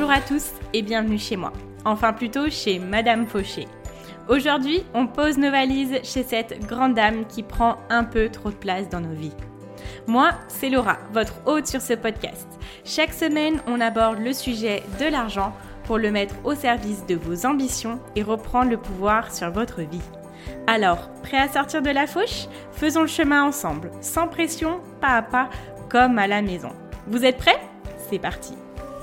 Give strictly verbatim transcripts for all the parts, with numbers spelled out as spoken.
Bonjour à tous et bienvenue chez moi, enfin plutôt chez Madame Fauché. Aujourd'hui, on pose nos valises chez cette grande dame qui prend un peu trop de place dans nos vies. Moi, c'est Laura, votre hôte sur ce podcast. Chaque semaine, on aborde le sujet de l'argent pour le mettre au service de vos ambitions et reprendre le pouvoir sur votre vie. Alors, prêt à sortir de la fauche ? Faisons le chemin ensemble, sans pression, pas à pas, comme à la maison. Vous êtes prêts ? C'est parti.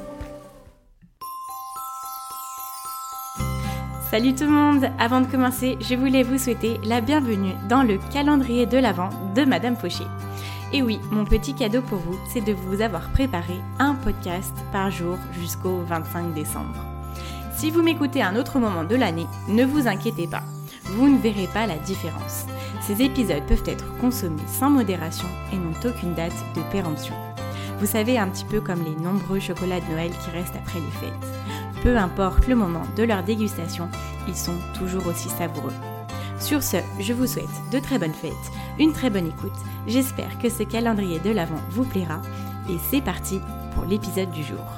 Salut tout le monde! Avant de commencer, je voulais vous souhaiter la bienvenue dans le calendrier de l'Avent de Madame Fauché. Et oui, mon petit cadeau pour vous, c'est de vous avoir préparé un podcast par jour jusqu'au vingt-cinq décembre. Si vous m'écoutez à un autre moment de l'année, ne vous inquiétez pas, vous ne verrez pas la différence. Ces épisodes peuvent être consommés sans modération et n'ont aucune date de péremption. Vous savez, un petit peu comme les nombreux chocolats de Noël qui restent après les fêtes. Peu importe le moment de leur dégustation, ils sont toujours aussi savoureux. Sur ce, je vous souhaite de très bonnes fêtes, une très bonne écoute. J'espère que ce calendrier de l'Avent vous plaira. Et c'est parti pour l'épisode du jour.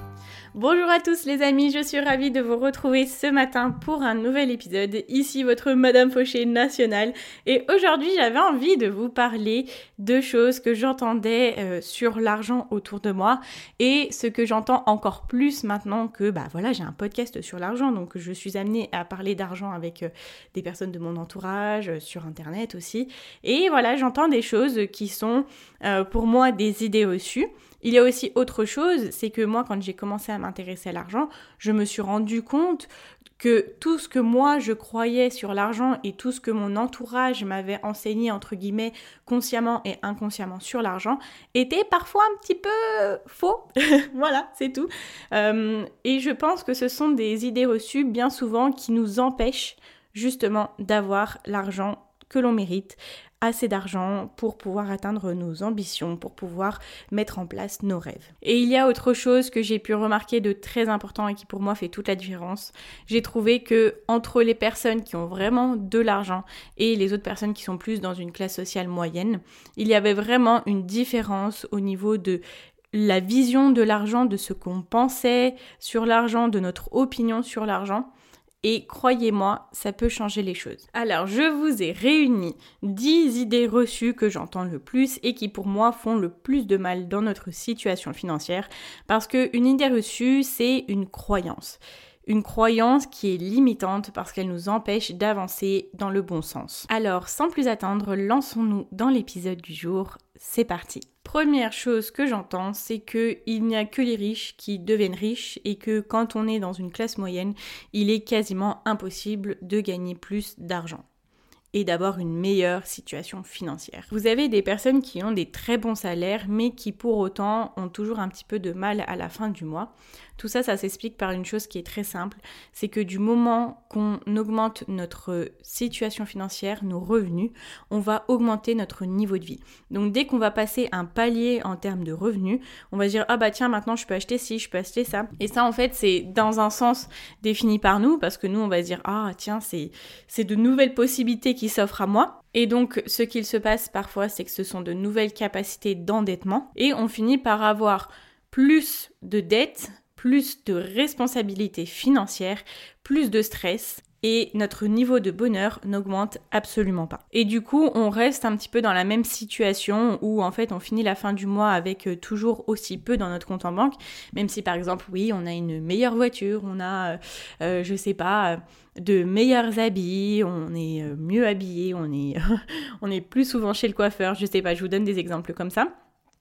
Bonjour à tous les amis, je suis ravie de vous retrouver ce matin pour un nouvel épisode. Ici votre Madame Fauché nationale. Et aujourd'hui, j'avais envie de vous parler de choses que j'entendais euh, sur l'argent autour de moi et ce que j'entends encore plus maintenant que bah voilà, j'ai un podcast sur l'argent, donc je suis amenée à parler d'argent avec euh, des personnes de mon entourage, euh, sur internet aussi. Et voilà, j'entends des choses qui sont euh, pour moi des idées reçues. Il y a aussi autre chose, c'est que moi, quand j'ai commencé à m'intéresser à l'argent, je me suis rendu compte que tout ce que moi, je croyais sur l'argent et tout ce que mon entourage m'avait enseigné, entre guillemets, consciemment et inconsciemment sur l'argent, était parfois un petit peu faux. Voilà, c'est tout. Euh, et je pense que ce sont des idées reçues, bien souvent, qui nous empêchent justement d'avoir l'argent que l'on mérite, assez d'argent pour pouvoir atteindre nos ambitions, pour pouvoir mettre en place nos rêves. Et il y a autre chose que j'ai pu remarquer de très important et qui pour moi fait toute la différence. J'ai trouvé que entre les personnes qui ont vraiment de l'argent et les autres personnes qui sont plus dans une classe sociale moyenne, il y avait vraiment une différence au niveau de la vision de l'argent, de ce qu'on pensait sur l'argent, de notre opinion sur l'argent. Et croyez-moi, ça peut changer les choses. Alors, je vous ai réuni dix idées reçues que j'entends le plus et qui pour moi font le plus de mal dans notre situation financière. Parce qu'une idée reçue, c'est une croyance. Une croyance qui est limitante parce qu'elle nous empêche d'avancer dans le bon sens. Alors, sans plus attendre, lançons-nous dans l'épisode du jour. C'est parti. Première chose que j'entends, c'est qu'il n'y a que les riches qui deviennent riches et que quand on est dans une classe moyenne, il est quasiment impossible de gagner plus d'argent et d'avoir une meilleure situation financière. Vous avez des personnes qui ont des très bons salaires, mais qui pour autant ont toujours un petit peu de mal à la fin du mois. Tout ça, ça s'explique par une chose qui est très simple, c'est que du moment qu'on augmente notre situation financière, nos revenus, on va augmenter notre niveau de vie. Donc dès qu'on va passer un palier en termes de revenus, on va se dire « Ah bah tiens, maintenant je peux acheter ci, je peux acheter ça ». Et ça en fait, c'est dans un sens défini par nous, parce que nous on va se dire « Ah tiens, c'est, c'est de nouvelles possibilités qui s'offrent à moi ». Et donc, ce qu'il se passe parfois, c'est que ce sont de nouvelles capacités d'endettement et on finit par avoir plus de dettes, plus de responsabilités financières, plus de stress et notre niveau de bonheur n'augmente absolument pas. Et du coup, on reste un petit peu dans la même situation où en fait on finit la fin du mois avec toujours aussi peu dans notre compte en banque, même si par exemple, oui, on a une meilleure voiture, on a, euh, je sais pas, de meilleurs habits, on est mieux habillé, on est, on est plus souvent chez le coiffeur, je sais pas, je vous donne des exemples comme ça.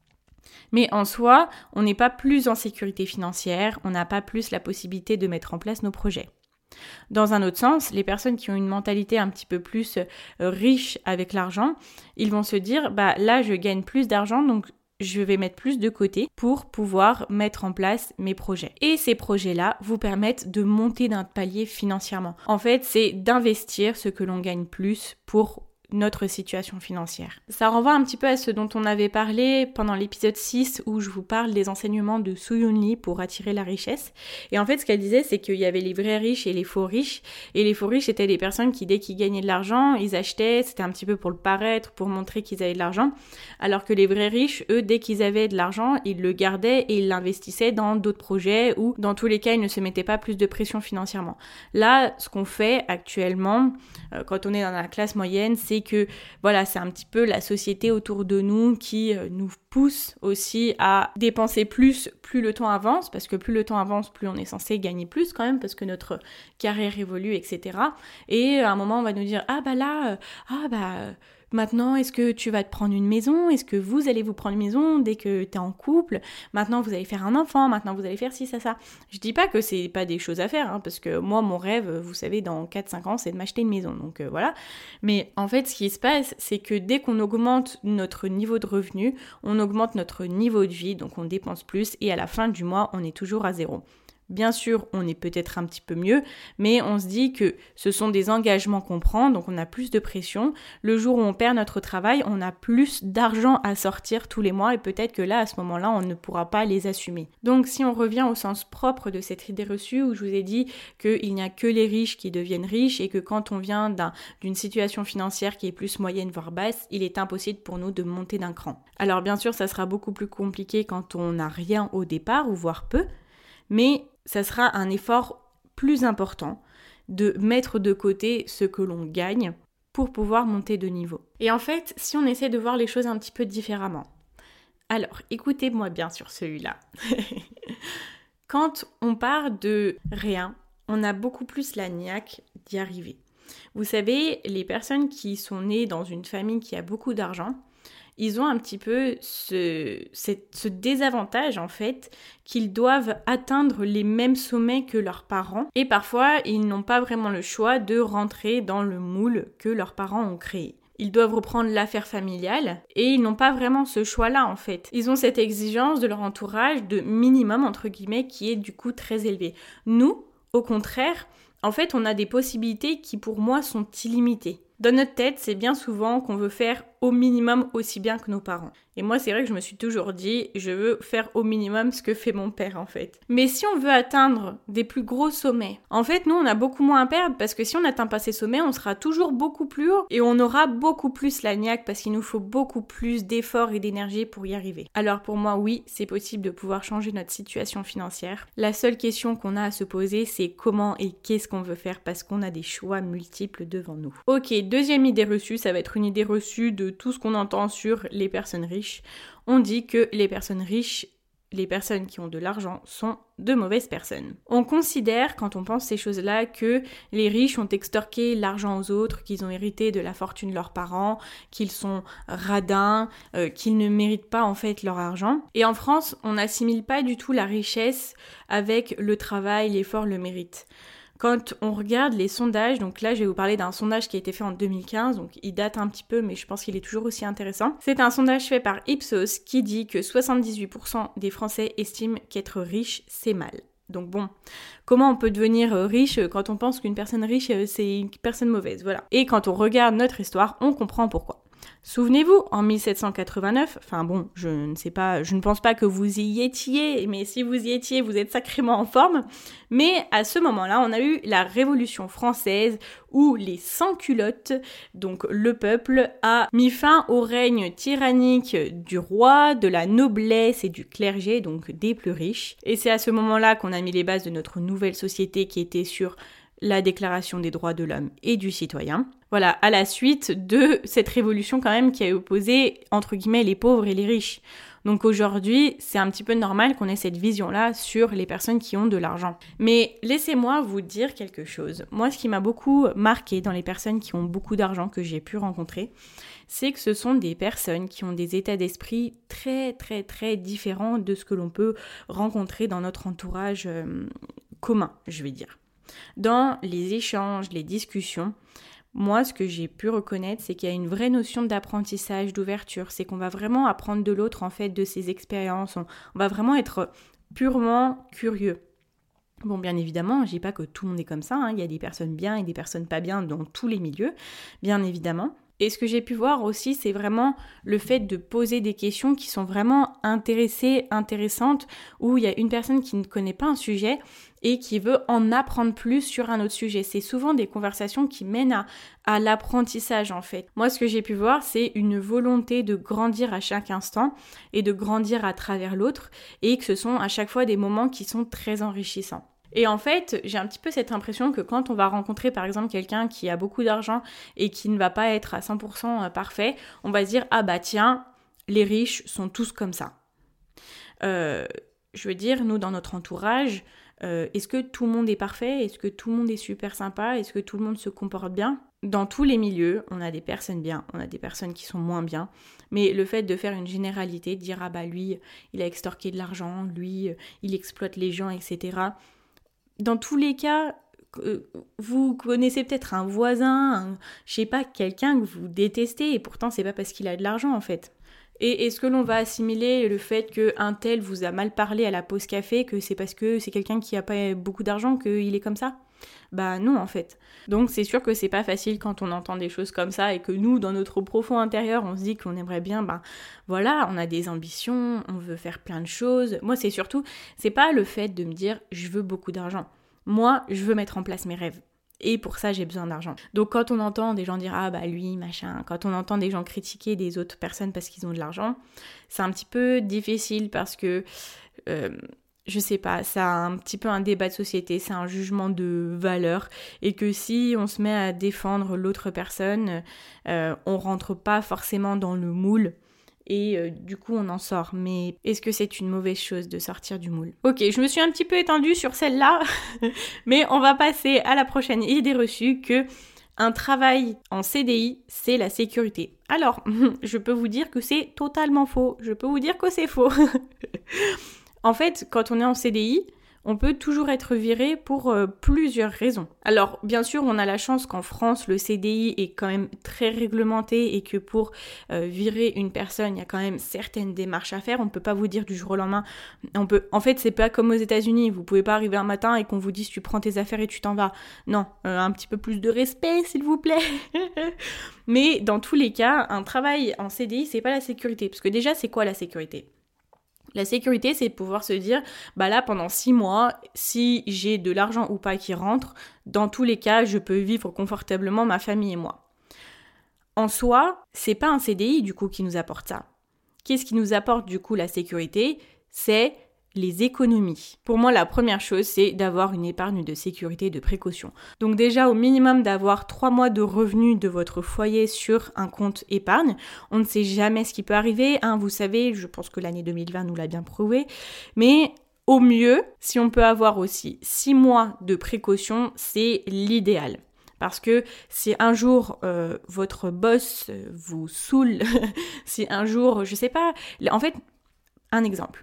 Mais en soi, on n'est pas plus en sécurité financière, on n'a pas plus la possibilité de mettre en place nos projets. Dans un autre sens, les personnes qui ont une mentalité un petit peu plus euh, riche avec l'argent, ils vont se dire, bah là je gagne plus d'argent, donc je vais mettre plus de côté pour pouvoir mettre en place mes projets. Et ces projets-là vous permettent de monter d'un palier financièrement. En fait, c'est d'investir ce que l'on gagne plus pour notre situation financière. Ça renvoie un petit peu à ce dont on avait parlé pendant l'épisode six où je vous parle des enseignements de Su Yun Lee pour attirer la richesse. Et en fait, ce qu'elle disait, c'est qu'il y avait les vrais riches et les faux riches. Et les faux riches étaient des personnes qui, dès qu'ils gagnaient de l'argent, ils achetaient, c'était un petit peu pour le paraître, pour montrer qu'ils avaient de l'argent. Alors que les vrais riches, eux, dès qu'ils avaient de l'argent, ils le gardaient et ils l'investissaient dans d'autres projets ou dans tous les cas, ils ne se mettaient pas plus de pression financièrement. Là, ce qu'on fait actuellement, euh, quand on est dans la classe moyenne, c'est que voilà, c'est un petit peu la société autour de nous qui euh, nous pousse aussi à dépenser plus, plus le temps avance, parce que plus le temps avance, plus on est censé gagner plus quand même, parce que notre carrière évolue, et cetera. Et à un moment, on va nous dire « Ah bah là, euh, ah bah... Euh, Maintenant, est-ce que tu vas te prendre une maison? Est-ce que vous allez vous prendre une maison dès que t'es en couple? Maintenant, vous allez faire un enfant. Maintenant, vous allez faire ci, ça, ça. » Je dis pas que c'est pas des choses à faire, hein, parce que moi, mon rêve, vous savez, dans quatre cinq ans, c'est de m'acheter une maison. Donc euh, voilà. Mais en fait, ce qui se passe, c'est que dès qu'on augmente notre niveau de revenu, on augmente notre niveau de vie, donc on dépense plus, et à la fin du mois, on est toujours à zéro. Bien sûr, on est peut-être un petit peu mieux, mais on se dit que ce sont des engagements qu'on prend, donc on a plus de pression. Le jour où on perd notre travail, on a plus d'argent à sortir tous les mois et peut-être que là, à ce moment-là, on ne pourra pas les assumer. Donc si on revient au sens propre de cette idée reçue où je vous ai dit qu'il n'y a que les riches qui deviennent riches et que quand on vient d'un, d'une situation financière qui est plus moyenne voire basse, il est impossible pour nous de monter d'un cran. Alors bien sûr, ça sera beaucoup plus compliqué quand on n'a rien au départ ou voire peu, mais ça sera un effort plus important de mettre de côté ce que l'on gagne pour pouvoir monter de niveau. Et en fait, si on essaie de voir les choses un petit peu différemment, alors écoutez-moi bien sur celui-là. Quand on part de rien, on a beaucoup plus la niaque d'y arriver. Vous savez, les personnes qui sont nées dans une famille qui a beaucoup d'argent, ils ont un petit peu ce, ce désavantage en fait qu'ils doivent atteindre les mêmes sommets que leurs parents et parfois ils n'ont pas vraiment le choix de rentrer dans le moule que leurs parents ont créé. Ils doivent reprendre l'affaire familiale et ils n'ont pas vraiment ce choix-là en fait. Ils ont cette exigence de leur entourage de minimum entre guillemets qui est du coup très élevé. Nous, au contraire, en fait on a des possibilités qui pour moi sont illimitées. Dans notre tête, c'est bien souvent qu'on veut faire au minimum aussi bien que nos parents. Et moi, c'est vrai que je me suis toujours dit, je veux faire au minimum ce que fait mon père, en fait. Mais si on veut atteindre des plus gros sommets, en fait, nous, on a beaucoup moins à perdre parce que si on n'atteint pas ces sommets, on sera toujours beaucoup plus haut et on aura beaucoup plus la niaque parce qu'il nous faut beaucoup plus d'efforts et d'énergie pour y arriver. Alors pour moi, oui, c'est possible de pouvoir changer notre situation financière. La seule question qu'on a à se poser, c'est comment et qu'est-ce qu'on veut faire parce qu'on a des choix multiples devant nous. Ok, deuxième idée reçue, ça va être une idée reçue de tout ce qu'on entend sur les personnes riches. On dit que les personnes riches, les personnes qui ont de l'argent, sont de mauvaises personnes. On considère, quand on pense ces choses-là, que les riches ont extorqué l'argent aux autres, qu'ils ont hérité de la fortune de leurs parents, qu'ils sont radins, euh, qu'ils ne méritent pas en fait leur argent. Et en France, on n'assimile pas du tout la richesse avec le travail, l'effort, le mérite. Quand on regarde les sondages, donc là je vais vous parler d'un sondage qui a été fait en deux mille quinze, donc il date un petit peu mais je pense qu'il est toujours aussi intéressant. C'est un sondage fait par Ipsos qui dit que soixante-dix-huit pour cent des Français estiment qu'être riche c'est mal. Donc bon, comment on peut devenir riche quand on pense qu'une personne riche c'est une personne mauvaise, voilà. Et quand on regarde notre histoire, on comprend pourquoi. Souvenez-vous, en mille sept cent quatre-vingt-neuf, enfin bon, je ne sais pas, je ne pense pas que vous y étiez, mais si vous y étiez, vous êtes sacrément en forme. Mais à ce moment-là, on a eu la Révolution française où les sans-culottes, donc le peuple, a mis fin au règne tyrannique du roi, de la noblesse et du clergé, donc des plus riches. Et c'est à ce moment-là qu'on a mis les bases de notre nouvelle société qui était sur la Déclaration des droits de l'homme et du citoyen. Voilà, à la suite de cette révolution quand même qui a opposé, entre guillemets, les pauvres et les riches. Donc aujourd'hui, c'est un petit peu normal qu'on ait cette vision-là sur les personnes qui ont de l'argent. Mais laissez-moi vous dire quelque chose. Moi, ce qui m'a beaucoup marqué dans les personnes qui ont beaucoup d'argent que j'ai pu rencontrer, c'est que ce sont des personnes qui ont des états d'esprit très, très, très différents de ce que l'on peut rencontrer dans notre entourage euh, commun, je vais dire. Dans les échanges, les discussions, moi, ce que j'ai pu reconnaître, c'est qu'il y a une vraie notion d'apprentissage, d'ouverture. C'est qu'on va vraiment apprendre de l'autre, en fait, de ses expériences. On, on va vraiment être purement curieux. Bon, bien évidemment, je dis pas que tout le monde est comme ça. Hein. Il y a des personnes bien et des personnes pas bien dans tous les milieux, bien évidemment. Et ce que j'ai pu voir aussi, c'est vraiment le fait de poser des questions qui sont vraiment intéressées, intéressantes, où il y a une personne qui ne connaît pas un sujet et qui veut en apprendre plus sur un autre sujet. C'est souvent des conversations qui mènent à, à l'apprentissage en fait. Moi, ce que j'ai pu voir, c'est une volonté de grandir à chaque instant et de grandir à travers l'autre, et que ce sont à chaque fois des moments qui sont très enrichissants. Et en fait, j'ai un petit peu cette impression que quand on va rencontrer par exemple quelqu'un qui a beaucoup d'argent et qui ne va pas être à cent pour cent parfait, on va se dire « Ah bah tiens, les riches sont tous comme ça euh, ». Je veux dire, nous dans notre entourage, euh, est-ce que tout le monde est parfait ? Est-ce que tout le monde est super sympa ? Est-ce que tout le monde se comporte bien ? Dans tous les milieux, on a des personnes bien, on a des personnes qui sont moins bien. Mais le fait de faire une généralité, de dire « Ah bah lui, il a extorqué de l'argent, lui, il exploite les gens, et cetera » Dans tous les cas, vous connaissez peut-être un voisin, un, je sais pas, quelqu'un que vous détestez, et pourtant c'est pas parce qu'il a de l'argent en fait. Et est-ce que l'on va assimiler le fait qu'un tel vous a mal parlé à la pause café, que c'est parce que c'est quelqu'un qui a pas beaucoup d'argent qu'il est comme ça ? Bah non en fait. Donc c'est sûr que c'est pas facile quand on entend des choses comme ça et que nous, dans notre profond intérieur, on se dit qu'on aimerait bien, ben voilà, on a des ambitions, on veut faire plein de choses. Moi c'est surtout, c'est pas le fait de me dire je veux beaucoup d'argent. Moi, je veux mettre en place mes rêves. Et pour ça, j'ai besoin d'argent. Donc quand on entend des gens dire « Ah bah lui, machin », quand on entend des gens critiquer des autres personnes parce qu'ils ont de l'argent, c'est un petit peu difficile parce que... Euh, je sais pas, c'est un petit peu un débat de société, c'est un jugement de valeur, et que si on se met à défendre l'autre personne, euh, on rentre pas forcément dans le moule, et euh, du coup on en sort. Mais est-ce que c'est une mauvaise chose de sortir du moule ? Ok, je me suis un petit peu étendue sur celle-là, mais on va passer à la prochaine idée reçue que un travail en C D I, c'est la sécurité. Alors, je peux vous dire que c'est totalement faux, je peux vous dire que c'est faux. En fait, quand on est en C D I, on peut toujours être viré pour euh, plusieurs raisons. Alors, bien sûr, on a la chance qu'en France, le C D I est quand même très réglementé et que pour euh, virer une personne, il y a quand même certaines démarches à faire. On ne peut pas vous dire du jour au lendemain. On peut... En fait, c'est pas comme aux États-Unis. Vous pouvez pas arriver un matin et qu'on vous dise tu prends tes affaires et tu t'en vas. Non, euh, un petit peu plus de respect, s'il vous plaît. Mais dans tous les cas, un travail en C D I, c'est pas la sécurité. Parce que déjà, c'est quoi la sécurité ? La sécurité, c'est de pouvoir se dire, bah là, pendant six mois, si j'ai de l'argent ou pas qui rentre, dans tous les cas, je peux vivre confortablement ma famille et moi. En soi, c'est pas un C D I, du coup, qui nous apporte ça. Qu'est-ce qui nous apporte, du coup, la sécurité ? C'est les économies. Pour moi, la première chose, c'est d'avoir une épargne de sécurité et de précaution. Donc déjà, au minimum, d'avoir trois mois de revenus de votre foyer sur un compte épargne. On ne sait jamais ce qui peut arriver, hein, vous savez, je pense que l'année deux mille vingt nous l'a bien prouvé, mais au mieux, si on peut avoir aussi six mois de précaution, c'est l'idéal. Parce que si un jour euh, votre boss vous saoule, si un jour, je sais pas, en fait, un exemple.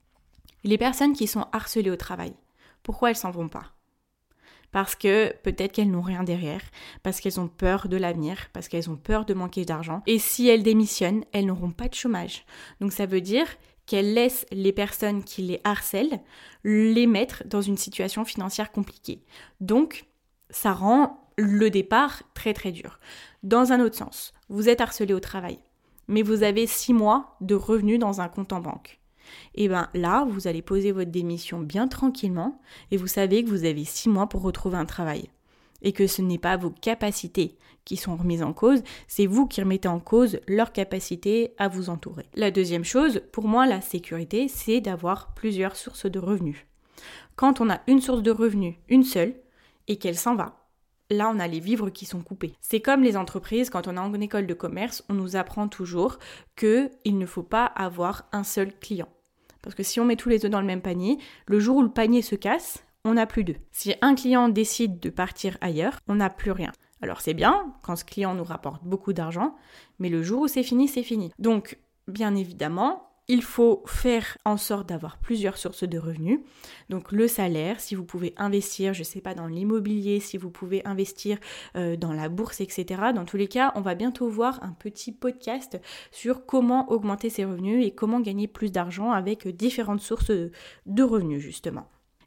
Les personnes qui sont harcelées au travail, pourquoi elles s'en vont pas ? Parce que peut-être qu'elles n'ont rien derrière, parce qu'elles ont peur de l'avenir, parce qu'elles ont peur de manquer d'argent. Et si elles démissionnent, elles n'auront pas de chômage. Donc ça veut dire qu'elles laissent les personnes qui les harcèlent les mettre dans une situation financière compliquée. Donc ça rend le départ très très dur. Dans un autre sens, vous êtes harcelé au travail, mais vous avez six mois de revenus dans un compte en banque. Et bien là, vous allez poser votre démission bien tranquillement et vous savez que vous avez six mois pour retrouver un travail. Et que ce n'est pas vos capacités qui sont remises en cause, c'est vous qui remettez en cause leur capacité à vous entourer. La deuxième chose, pour moi, la sécurité, c'est d'avoir plusieurs sources de revenus. Quand on a une source de revenus, une seule, et qu'elle s'en va, là, on a les vivres qui sont coupés. C'est comme les entreprises, quand on est en école de commerce, on nous apprend toujours qu'il ne faut pas avoir un seul client. Parce que si on met tous les œufs dans le même panier, le jour où le panier se casse, on n'a plus d'œufs. Si un client décide de partir ailleurs, on n'a plus rien. Alors c'est bien quand ce client nous rapporte beaucoup d'argent, mais le jour où c'est fini, c'est fini. Donc, bien évidemment, il faut faire en sorte d'avoir plusieurs sources de revenus. Donc le salaire, si vous pouvez investir, je ne sais pas, dans l'immobilier, si vous pouvez investir euh, dans la bourse, et cetera. Dans tous les cas, on va bientôt voir un petit podcast sur comment augmenter ses revenus et comment gagner plus d'argent avec différentes sources de revenus justement.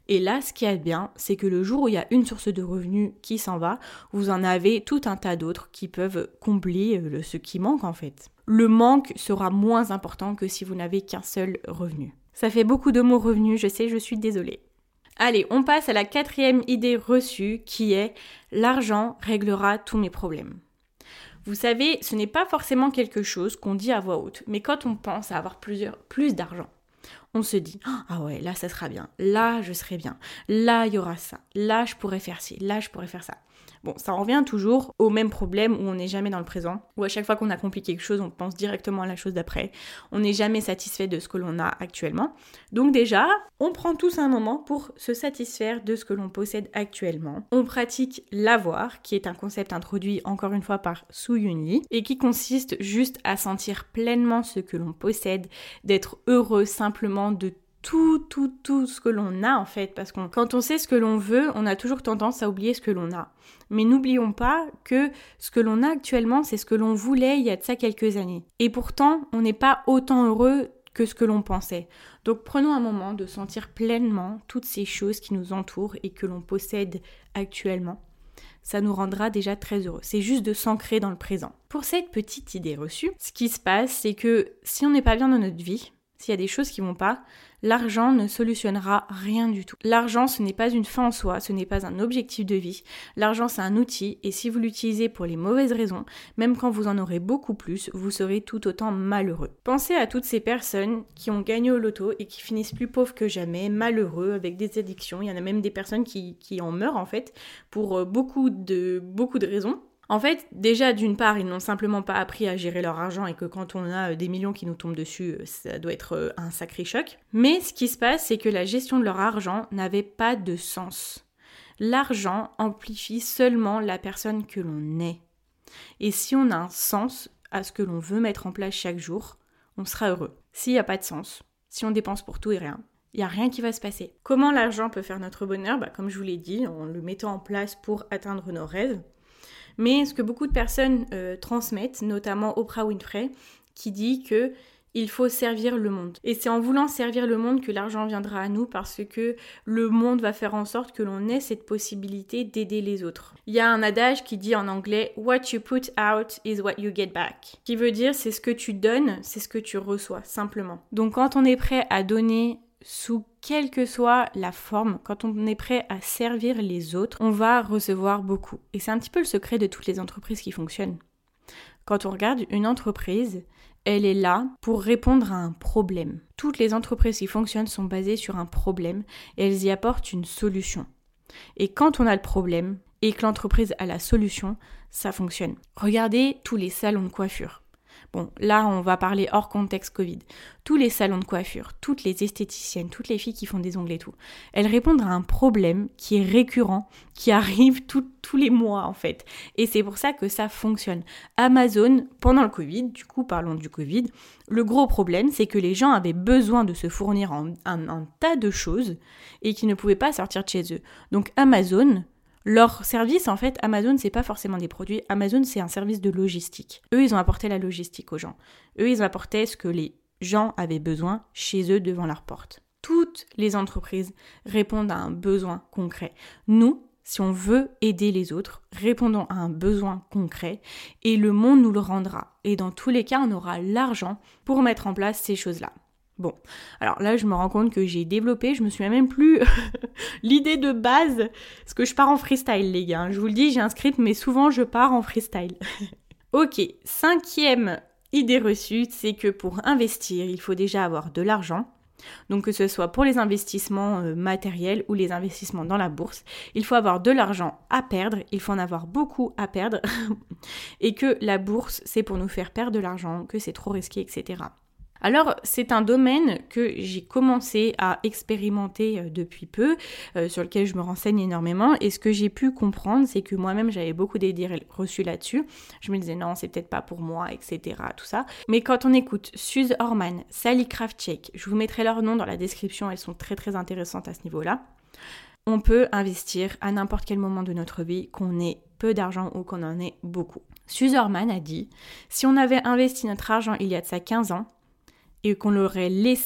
Et là, ce qui est bien, c'est que le jour où il y a une source de revenus qui s'en va, vous en avez tout un tas d'autres qui peuvent combler le, ce qui manque en fait. Le manque sera moins important que si vous n'avez qu'un seul revenu. Ça fait beaucoup de mots revenus, je sais, je suis désolée. Allez, on passe à la quatrième idée reçue qui est « l'argent réglera tous mes problèmes ». Vous savez, ce n'est pas forcément quelque chose qu'on dit à voix haute, mais quand on pense à avoir plusieurs, plus d'argent, on se dit « Ah ouais, là ça sera bien, là je serai bien, là il y aura ça, là je pourrais faire ci, là je pourrais faire ça ». Bon, ça revient toujours au même problème où on n'est jamais dans le présent, où à chaque fois qu'on accomplit quelque chose, on pense directement à la chose d'après. On n'est jamais satisfait de ce que l'on a actuellement. Donc déjà, on prend tous un moment pour se satisfaire de ce que l'on possède actuellement. On pratique l'avoir, qui est un concept introduit encore une fois par Su Yun-Lee, et qui consiste juste à sentir pleinement ce que l'on possède, d'être heureux simplement de tout, tout, tout ce que l'on a en fait, parce que quand on sait ce que l'on veut, on a toujours tendance à oublier ce que l'on a. Mais n'oublions pas que ce que l'on a actuellement, c'est ce que l'on voulait il y a de ça quelques années. Et pourtant, on n'est pas autant heureux que ce que l'on pensait. Donc prenons un moment de sentir pleinement toutes ces choses qui nous entourent et que l'on possède actuellement. Ça nous rendra déjà très heureux. C'est juste de s'ancrer dans le présent. Pour cette petite idée reçue, ce qui se passe, c'est que si on n'est pas bien dans notre vie, s'il y a des choses qui vont pas, l'argent ne solutionnera rien du tout. L'argent, ce n'est pas une fin en soi, ce n'est pas un objectif de vie. L'argent, c'est un outil et si vous l'utilisez pour les mauvaises raisons, même quand vous en aurez beaucoup plus, vous serez tout autant malheureux. Pensez à toutes ces personnes qui ont gagné au loto et qui finissent plus pauvres que jamais, malheureux, avec des addictions. Il y en a même des personnes qui, qui en meurent en fait pour beaucoup de, beaucoup de raisons. En fait, déjà, d'une part, ils n'ont simplement pas appris à gérer leur argent et que quand on a des millions qui nous tombent dessus, ça doit être un sacré choc. Mais ce qui se passe, c'est que la gestion de leur argent n'avait pas de sens. L'argent amplifie seulement la personne que l'on est. Et si on a un sens à ce que l'on veut mettre en place chaque jour, on sera heureux. S'il n'y a pas de sens, si on dépense pour tout et rien, il n'y a rien qui va se passer. Comment l'argent peut faire notre bonheur ? Bah, comme je vous l'ai dit, en le mettant en place pour atteindre nos rêves. Mais ce que beaucoup de personnes euh, transmettent, notamment Oprah Winfrey, qui dit que il faut servir le monde. Et c'est en voulant servir le monde que l'argent viendra à nous parce que le monde va faire en sorte que l'on ait cette possibilité d'aider les autres. Il y a un adage qui dit en anglais « What you put out is what you get back », qui veut dire c'est ce que tu donnes, c'est ce que tu reçois, simplement. Donc quand on est prêt à donner sous quelle que soit la forme, quand on est prêt à servir les autres, on va recevoir beaucoup. Et c'est un petit peu le secret de toutes les entreprises qui fonctionnent. Quand on regarde une entreprise, elle est là pour répondre à un problème. Toutes les entreprises qui fonctionnent sont basées sur un problème et elles y apportent une solution. Et quand on a le problème et que l'entreprise a la solution, ça fonctionne. Regardez tous les salons de coiffure. Bon, là, on va parler hors contexte Covid. Tous les salons de coiffure, toutes les esthéticiennes, toutes les filles qui font des ongles et tout, elles répondent à un problème qui est récurrent, qui arrive tout, tous les mois en fait. Et c'est pour ça que ça fonctionne. Amazon, pendant le Covid, du coup, parlons du Covid, le gros problème, c'est que les gens avaient besoin de se fournir en un, un tas de choses et qu'ils ne pouvaient pas sortir de chez eux. Donc Amazon... Leur service, en fait, Amazon, c'est pas forcément des produits. Amazon, c'est un service de logistique. Eux, ils ont apporté la logistique aux gens. Eux, ils ont apporté ce que les gens avaient besoin chez eux devant leur porte. Toutes les entreprises répondent à un besoin concret. Nous, si on veut aider les autres, répondons à un besoin concret et le monde nous le rendra. Et dans tous les cas, on aura l'argent pour mettre en place ces choses-là. Bon, alors là, je me rends compte que j'ai développé, je me souviens même plus l'idée de base, parce que je pars en freestyle, les gars. Je vous le dis, j'ai un script, mais souvent, je pars en freestyle. Ok, cinquième idée reçue, c'est que pour investir, il faut déjà avoir de l'argent. Donc que ce soit pour les investissements euh, matériels ou les investissements dans la bourse, il faut avoir de l'argent à perdre, il faut en avoir beaucoup à perdre, et que la bourse, c'est pour nous faire perdre de l'argent, que c'est trop risqué, et cetera. Alors, c'est un domaine que j'ai commencé à expérimenter depuis peu, euh, sur lequel je me renseigne énormément. Et ce que j'ai pu comprendre, c'est que moi-même, j'avais beaucoup d'idées reçues là-dessus. Je me disais, non, c'est peut-être pas pour moi, et cetera, tout ça. Mais quand on écoute Suze Orman, Sally Kravchuk, je vous mettrai leurs noms dans la description, elles sont très très intéressantes à ce niveau-là. On peut investir à n'importe quel moment de notre vie, qu'on ait peu d'argent ou qu'on en ait beaucoup. Suze Orman a dit, si on avait investi notre argent il y a de ça quinze ans, et qu'on l'aurait laissé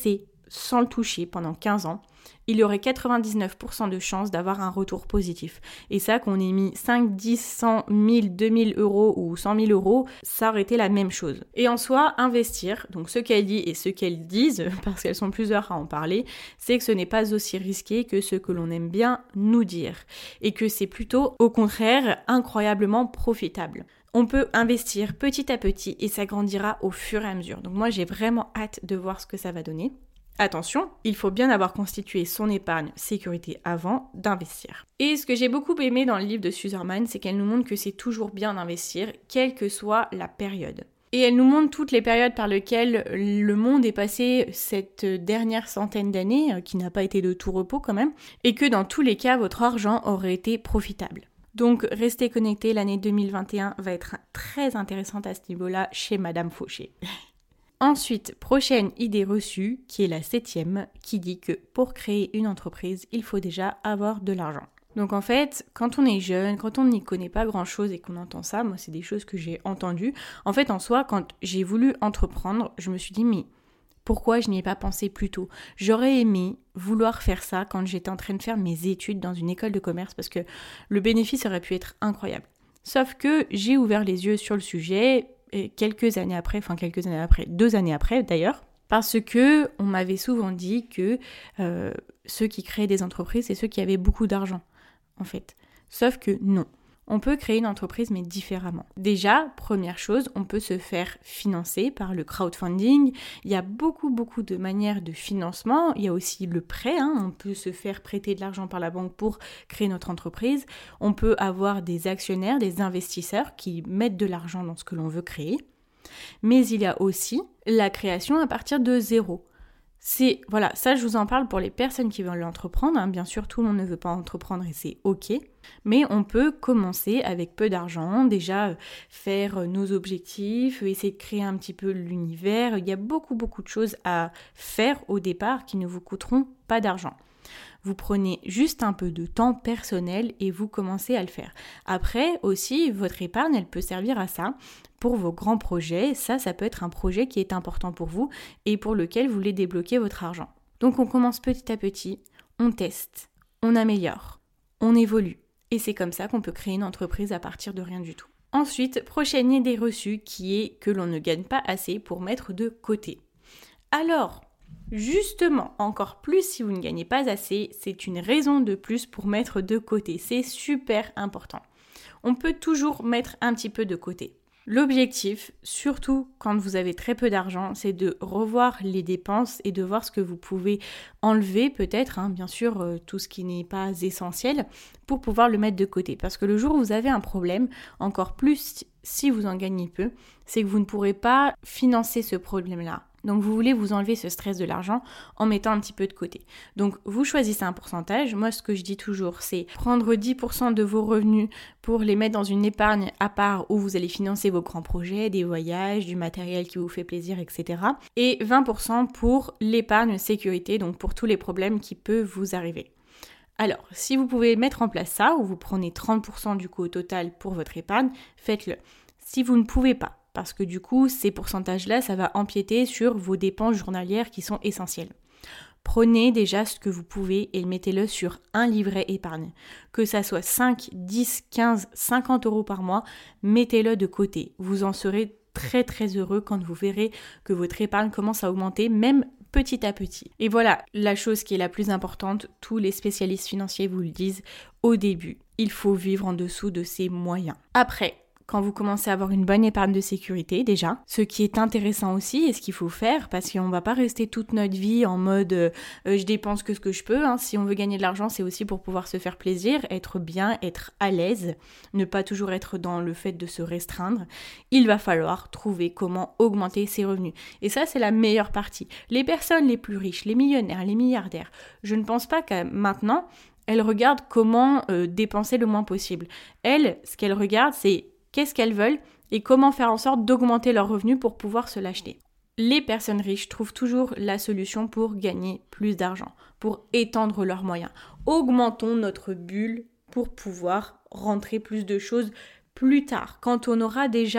sans le toucher pendant quinze ans, il y aurait quatre-vingt-dix-neuf pour cent de chances d'avoir un retour positif. Et ça, qu'on ait mis cinq, dix, cent, mille, deux mille euros ou cent mille euros, ça aurait été la même chose. Et en soi, investir, donc ce qu'elle dit et ce qu'elles disent, parce qu'elles sont plusieurs à en parler, c'est que ce n'est pas aussi risqué que ce que l'on aime bien nous dire. Et que c'est plutôt, au contraire, incroyablement profitable. On peut investir petit à petit et ça grandira au fur et à mesure. Donc moi, j'ai vraiment hâte de voir ce que ça va donner. Attention, il faut bien avoir constitué son épargne sécurité avant d'investir. Et ce que j'ai beaucoup aimé dans le livre de Suzerman, c'est qu'elle nous montre que c'est toujours bien d'investir, quelle que soit la période. Et elle nous montre toutes les périodes par lesquelles le monde est passé cette dernière centaine d'années, qui n'a pas été de tout repos quand même, et que dans tous les cas, votre argent aurait été profitable. Donc restez connectés, l'année deux mille vingt et un va être très intéressante à ce niveau-là chez Madame Fauché. Ensuite, prochaine idée reçue, qui est la septième, qui dit que pour créer une entreprise, il faut déjà avoir de l'argent. Donc en fait, quand on est jeune, quand on n'y connaît pas grand-chose et qu'on entend ça, moi c'est des choses que j'ai entendues. En fait, en soi, quand j'ai voulu entreprendre, je me suis dit, mais pourquoi je n'y ai pas pensé plus tôt ? J'aurais aimé vouloir faire ça quand j'étais en train de faire mes études dans une école de commerce parce que le bénéfice aurait pu être incroyable. Sauf que j'ai ouvert les yeux sur le sujet et quelques années après, enfin quelques années après, deux années après d'ailleurs, parce que on m'avait souvent dit que euh, ceux qui créaient des entreprises, c'est ceux qui avaient beaucoup d'argent, en fait. Sauf que non. On peut créer une entreprise, mais différemment. Déjà, première chose, on peut se faire financer par le crowdfunding. Il y a beaucoup, beaucoup de manières de financement. Il y a aussi le prêt. Hein. On peut se faire prêter de l'argent par la banque pour créer notre entreprise. On peut avoir des actionnaires, des investisseurs qui mettent de l'argent dans ce que l'on veut créer. Mais il y a aussi la création à partir de zéro. C'est, voilà, ça je vous en parle pour les personnes qui veulent entreprendre. Hein. Bien sûr, tout le monde ne veut pas entreprendre et c'est ok. Mais on peut commencer avec peu d'argent, déjà faire nos objectifs, essayer de créer un petit peu l'univers. Il y a beaucoup, beaucoup de choses à faire au départ qui ne vous coûteront pas d'argent. Vous prenez juste un peu de temps personnel et vous commencez à le faire. Après aussi, votre épargne, elle peut servir à ça. Pour vos grands projets, ça, ça peut être un projet qui est important pour vous et pour lequel vous voulez débloquer votre argent. Donc on commence petit à petit, on teste, on améliore, on évolue. Et c'est comme ça qu'on peut créer une entreprise à partir de rien du tout. Ensuite, prochaine idée reçue qui est que l'on ne gagne pas assez pour mettre de côté. Alors, justement, encore plus si vous ne gagnez pas assez, c'est une raison de plus pour mettre de côté. C'est super important. On peut toujours mettre un petit peu de côté. L'objectif, surtout quand vous avez très peu d'argent, c'est de revoir les dépenses et de voir ce que vous pouvez enlever peut-être, hein, bien sûr, euh, tout ce qui n'est pas essentiel, pour pouvoir le mettre de côté. Parce que le jour où vous avez un problème, encore plus si vous en gagnez peu, c'est que vous ne pourrez pas financer ce problème-là. Donc vous voulez vous enlever ce stress de l'argent en mettant un petit peu de côté. Donc vous choisissez un pourcentage. Moi ce que je dis toujours c'est prendre dix pour cent de vos revenus pour les mettre dans une épargne à part où vous allez financer vos grands projets, des voyages, du matériel qui vous fait plaisir, et cetera. Et vingt pour cent pour l'épargne sécurité, donc pour tous les problèmes qui peuvent vous arriver. Alors, si vous pouvez mettre en place ça, ou vous prenez trente pour cent du coup au total pour votre épargne, faites-le. Si vous ne pouvez pas, parce que du coup, ces pourcentages-là, ça va empiéter sur vos dépenses journalières qui sont essentielles. Prenez déjà ce que vous pouvez et mettez-le sur un livret épargne. Que ça soit cinq, dix, quinze, cinquante euros par mois, mettez-le de côté. Vous en serez très très heureux quand vous verrez que votre épargne commence à augmenter, même petit à petit. Et voilà, la chose qui est la plus importante, tous les spécialistes financiers vous le disent au début. Il faut vivre en dessous de ses moyens. Après, quand vous commencez à avoir une bonne épargne de sécurité déjà, ce qui est intéressant aussi et ce qu'il faut faire, parce qu'on ne va pas rester toute notre vie en mode euh, je dépense que ce que je peux, hein. Si on veut gagner de l'argent, c'est aussi pour pouvoir se faire plaisir, être bien, être à l'aise, ne pas toujours être dans le fait de se restreindre. Il va falloir trouver comment augmenter ses revenus. Et ça, c'est la meilleure partie. Les personnes les plus riches, les millionnaires, les milliardaires, je ne pense pas qu'à maintenant, elles regardent comment euh, dépenser le moins possible. Elles, ce qu'elles regardent, c'est qu'est-ce qu'elles veulent et comment faire en sorte d'augmenter leurs revenus pour pouvoir se l'acheter. Les personnes riches trouvent toujours la solution pour gagner plus d'argent, pour étendre leurs moyens. Augmentons notre bulle pour pouvoir rentrer plus de choses plus tard, quand on aura déjà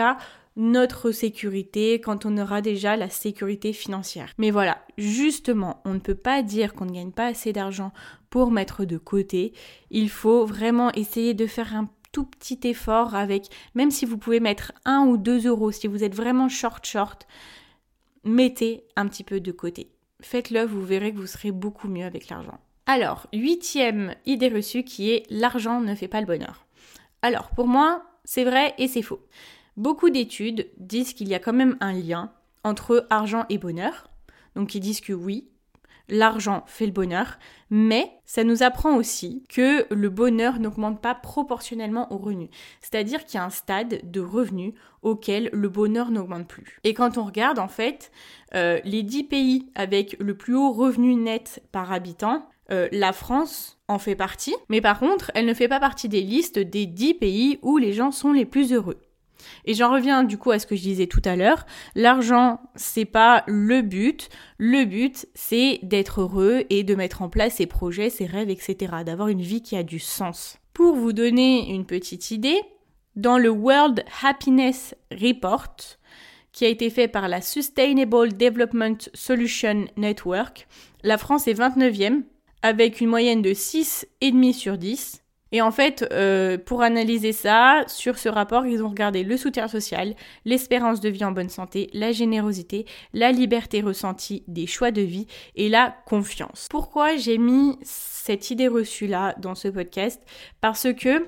notre sécurité, quand on aura déjà la sécurité financière. Mais voilà, justement, on ne peut pas dire qu'on ne gagne pas assez d'argent pour mettre de côté. Il faut vraiment essayer de faire un tout petit effort avec, même si vous pouvez mettre un ou deux euros, si vous êtes vraiment short short, mettez un petit peu de côté. Faites-le, vous verrez que vous serez beaucoup mieux avec l'argent. Alors, huitième idée reçue qui est l'argent ne fait pas le bonheur. Alors, pour moi, c'est vrai et c'est faux. Beaucoup d'études disent qu'il y a quand même un lien entre argent et bonheur. Donc, ils disent que oui, l'argent fait le bonheur, mais ça nous apprend aussi que le bonheur n'augmente pas proportionnellement aux revenus. C'est-à-dire qu'il y a un stade de revenus auquel le bonheur n'augmente plus. Et quand on regarde, en fait, euh, les dix pays avec le plus haut revenu net par habitant, euh, la France en fait partie, mais par contre, elle ne fait pas partie des listes des dix pays où les gens sont les plus heureux. Et j'en reviens du coup à ce que je disais tout à l'heure, l'argent c'est pas le but, le but c'est d'être heureux et de mettre en place ses projets, ses rêves, et cetera, d'avoir une vie qui a du sens. Pour vous donner une petite idée, dans le World Happiness Report, qui a été fait par la Sustainable Development Solution Network, la France est vingt-neuvième, avec une moyenne de six virgule cinq sur dix. Et en fait, euh, pour analyser ça, sur ce rapport, ils ont regardé le soutien social, l'espérance de vie en bonne santé, la générosité, la liberté ressentie des choix de vie et la confiance. Pourquoi j'ai mis cette idée reçue-là dans ce podcast ? Parce que,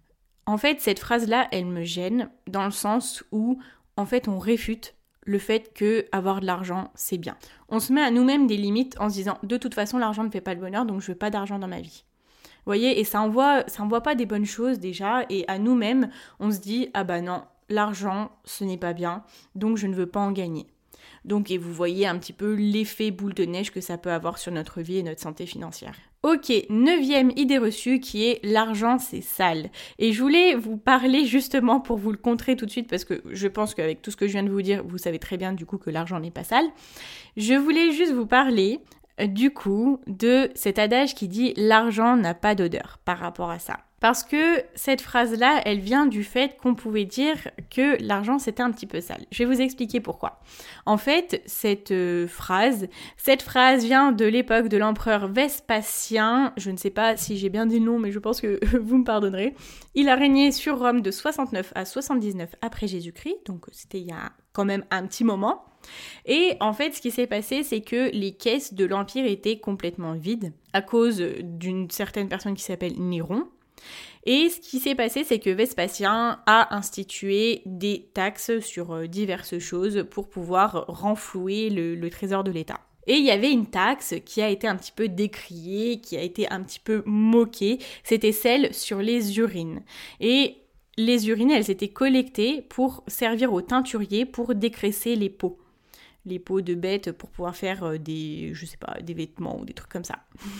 en fait, cette phrase-là, elle me gêne dans le sens où, en fait, on réfute le fait que avoir de l'argent, c'est bien. On se met à nous-mêmes des limites en se disant « de toute façon, l'argent ne fait pas le bonheur, donc je veux pas d'argent dans ma vie ». Vous voyez, et ça envoie, ça envoie pas des bonnes choses déjà, et à nous-mêmes, on se dit « ah bah non, l'argent, ce n'est pas bien, donc je ne veux pas en gagner ». Donc, et vous voyez un petit peu l'effet boule de neige que ça peut avoir sur notre vie et notre santé financière. Ok, neuvième idée reçue qui est l'argent c'est sale. Et je voulais vous parler justement pour vous le contrer tout de suite parce que je pense qu'avec tout ce que je viens de vous dire, vous savez très bien du coup que l'argent n'est pas sale. Je voulais juste vous parler du coup de cet adage qui dit l'argent n'a pas d'odeur par rapport à ça. Parce que cette phrase-là, elle vient du fait qu'on pouvait dire que l'argent c'était un petit peu sale. Je vais vous expliquer pourquoi. En fait, cette euh, phrase, cette phrase vient de l'époque de l'empereur Vespasien. Je ne sais pas si j'ai bien dit le nom, mais je pense que vous me pardonnerez. Il a régné sur Rome de soixante-neuf à soixante-dix-neuf après Jésus-Christ, donc c'était il y a quand même un petit moment. Et en fait, ce qui s'est passé, c'est que les caisses de l'Empire étaient complètement vides à cause d'une certaine personne qui s'appelle Néron. Et ce qui s'est passé, c'est que Vespasien a institué des taxes sur diverses choses pour pouvoir renflouer le, le trésor de l'État. Et il y avait une taxe qui a été un petit peu décriée, qui a été un petit peu moquée, c'était celle sur les urines. Et les urines, elles étaient collectées pour servir aux teinturiers pour dégraisser les peaux. Les peaux de bêtes pour pouvoir faire des, je sais pas, des vêtements ou des trucs comme ça.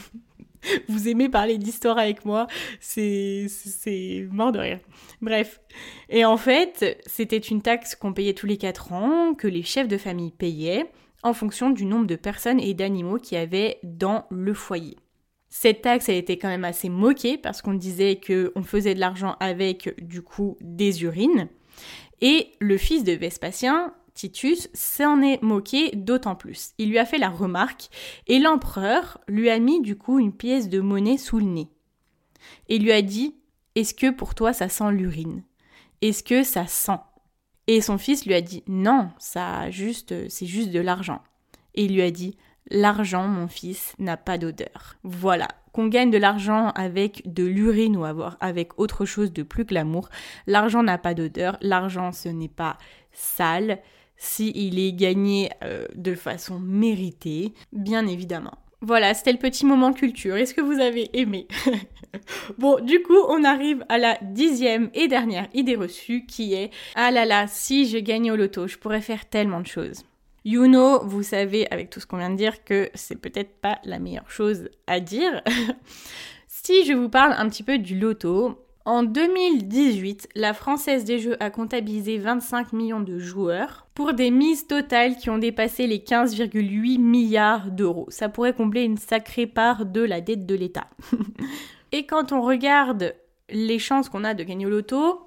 Vous aimez parler d'histoire avec moi, c'est, c'est mort de rire. Bref. Et en fait, c'était une taxe qu'on payait tous les quatre ans, que les chefs de famille payaient, en fonction du nombre de personnes et d'animaux qu'il y avait dans le foyer. Cette taxe, elle était quand même assez moquée, parce qu'on disait qu'on faisait de l'argent avec, du coup, des urines. Et le fils de Vespasien, Titus, s'en est moqué d'autant plus. Il lui a fait la remarque et l'empereur lui a mis du coup une pièce de monnaie sous le nez. Et lui a dit « Est-ce que pour toi ça sent l'urine ? Est-ce que ça sent ?» Et son fils lui a dit « Non, ça juste, c'est juste de l'argent. » Et il lui a dit « L'argent, mon fils, n'a pas d'odeur. » Voilà. Qu'on gagne de l'argent avec de l'urine ou avec autre chose de plus glamour, l'argent n'a pas d'odeur, l'argent ce n'est pas sale, s'il est gagné euh, de façon méritée, bien évidemment. Voilà, c'était le petit moment culture. Est-ce que vous avez aimé ? Bon, du coup, on arrive à la dixième et dernière idée reçue qui est « Ah là là, si je gagnais au loto, je pourrais faire tellement de choses. » You know, vous savez, avec tout ce qu'on vient de dire, que c'est peut-être pas la meilleure chose à dire. Si je vous parle un petit peu du loto, en deux mille dix-huit, la Française des Jeux a comptabilisé vingt-cinq millions de joueurs pour des mises totales qui ont dépassé les quinze virgule huit milliards d'euros. Ça pourrait combler une sacrée part de la dette de l'État. Et quand on regarde les chances qu'on a de gagner au loto,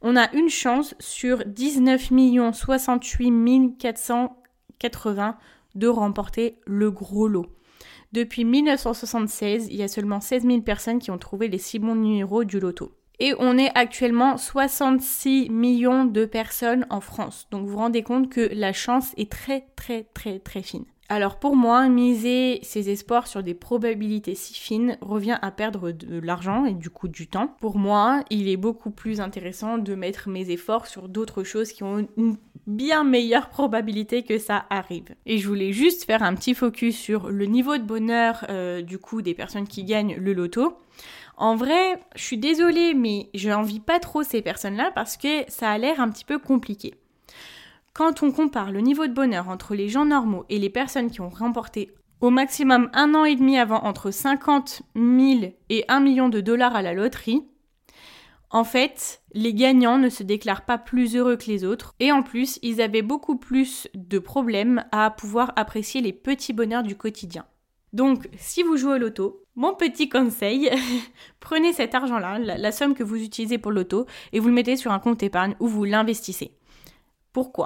on a une chance sur dix-neuf millions soixante-huit mille quatre cent quatre-vingts de remporter le gros lot. Depuis dix-neuf cent soixante-seize, il y a seulement seize mille personnes qui ont trouvé les six bons numéros du loto. Et on est actuellement soixante-six millions de personnes en France. Donc vous vous rendez compte que la chance est très très très très fine. Alors pour moi, miser ses espoirs sur des probabilités si fines revient à perdre de l'argent et du coup du temps. Pour moi, il est beaucoup plus intéressant de mettre mes efforts sur d'autres choses qui ont une bien meilleure probabilité que ça arrive. Et je voulais juste faire un petit focus sur le niveau de bonheur euh, du coup des personnes qui gagnent le loto. En vrai, je suis désolée, mais je n'envie pas trop ces personnes-là parce que ça a l'air un petit peu compliqué. Quand on compare le niveau de bonheur entre les gens normaux et les personnes qui ont remporté au maximum un an et demi avant entre cinquante mille et un million de dollars à la loterie, en fait, les gagnants ne se déclarent pas plus heureux que les autres et en plus, ils avaient beaucoup plus de problèmes à pouvoir apprécier les petits bonheurs du quotidien. Donc, si vous jouez au loto, mon petit conseil, prenez cet argent-là, la, la somme que vous utilisez pour le loto, et vous le mettez sur un compte épargne où vous l'investissez. Pourquoi ?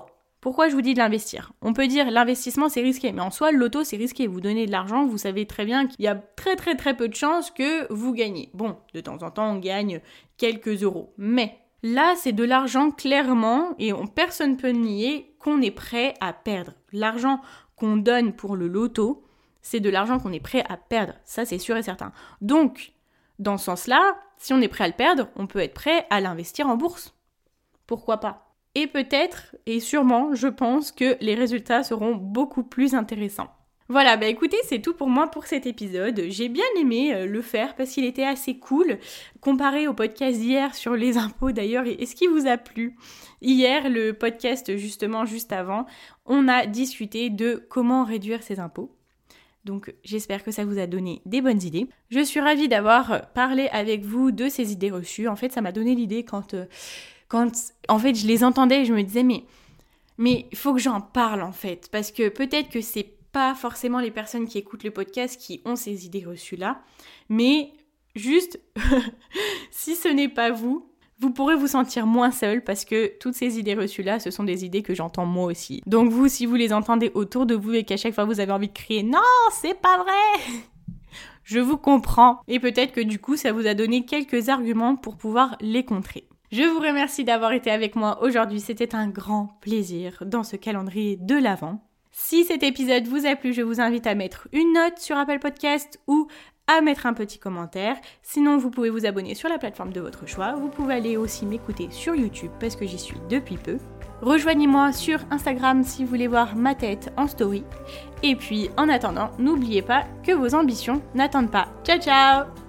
Pourquoi je vous dis de l'investir ? On peut dire l'investissement c'est risqué, mais en soi le loto c'est risqué. Vous donnez de l'argent, vous savez très bien qu'il y a très très très peu de chances que vous gagnez. Bon, de temps en temps on gagne quelques euros, mais là c'est de l'argent clairement, et on, personne ne peut nier qu'on est prêt à perdre. L'argent qu'on donne pour le loto, c'est de l'argent qu'on est prêt à perdre, ça c'est sûr et certain. Donc, dans ce sens-là, si on est prêt à le perdre, on peut être prêt à l'investir en bourse. Pourquoi pas ? Et peut-être, et sûrement, je pense que les résultats seront beaucoup plus intéressants. Voilà, bah écoutez, c'est tout pour moi pour cet épisode. J'ai bien aimé euh, le faire parce qu'il était assez cool, comparé au podcast d'hier sur les impôts d'ailleurs. Est-ce qu'il vous a plu ? Hier, le podcast justement juste avant, on a discuté de comment réduire ses impôts. Donc j'espère que ça vous a donné des bonnes idées. Je suis ravie d'avoir parlé avec vous de ces idées reçues. En fait, ça m'a donné l'idée quand... Euh, Quand, en fait, je les entendais et je me disais, mais mais il faut que j'en parle, en fait. Parce que peut-être que c'est pas forcément les personnes qui écoutent le podcast qui ont ces idées reçues-là. Mais juste, si ce n'est pas vous, vous pourrez vous sentir moins seul parce que toutes ces idées reçues-là, ce sont des idées que j'entends moi aussi. Donc vous, si vous les entendez autour de vous et qu'à chaque fois vous avez envie de crier « Non, c'est pas vrai !» Je vous comprends. Et peut-être que du coup, ça vous a donné quelques arguments pour pouvoir les contrer. Je vous remercie d'avoir été avec moi aujourd'hui, c'était un grand plaisir dans ce calendrier de l'Avent. Si cet épisode vous a plu, je vous invite à mettre une note sur Apple Podcast ou à mettre un petit commentaire. Sinon, vous pouvez vous abonner sur la plateforme de votre choix. Vous pouvez aller aussi m'écouter sur YouTube parce que j'y suis depuis peu. Rejoignez-moi sur Instagram si vous voulez voir ma tête en story. Et puis, en attendant, n'oubliez pas que vos ambitions n'attendent pas. Ciao, ciao!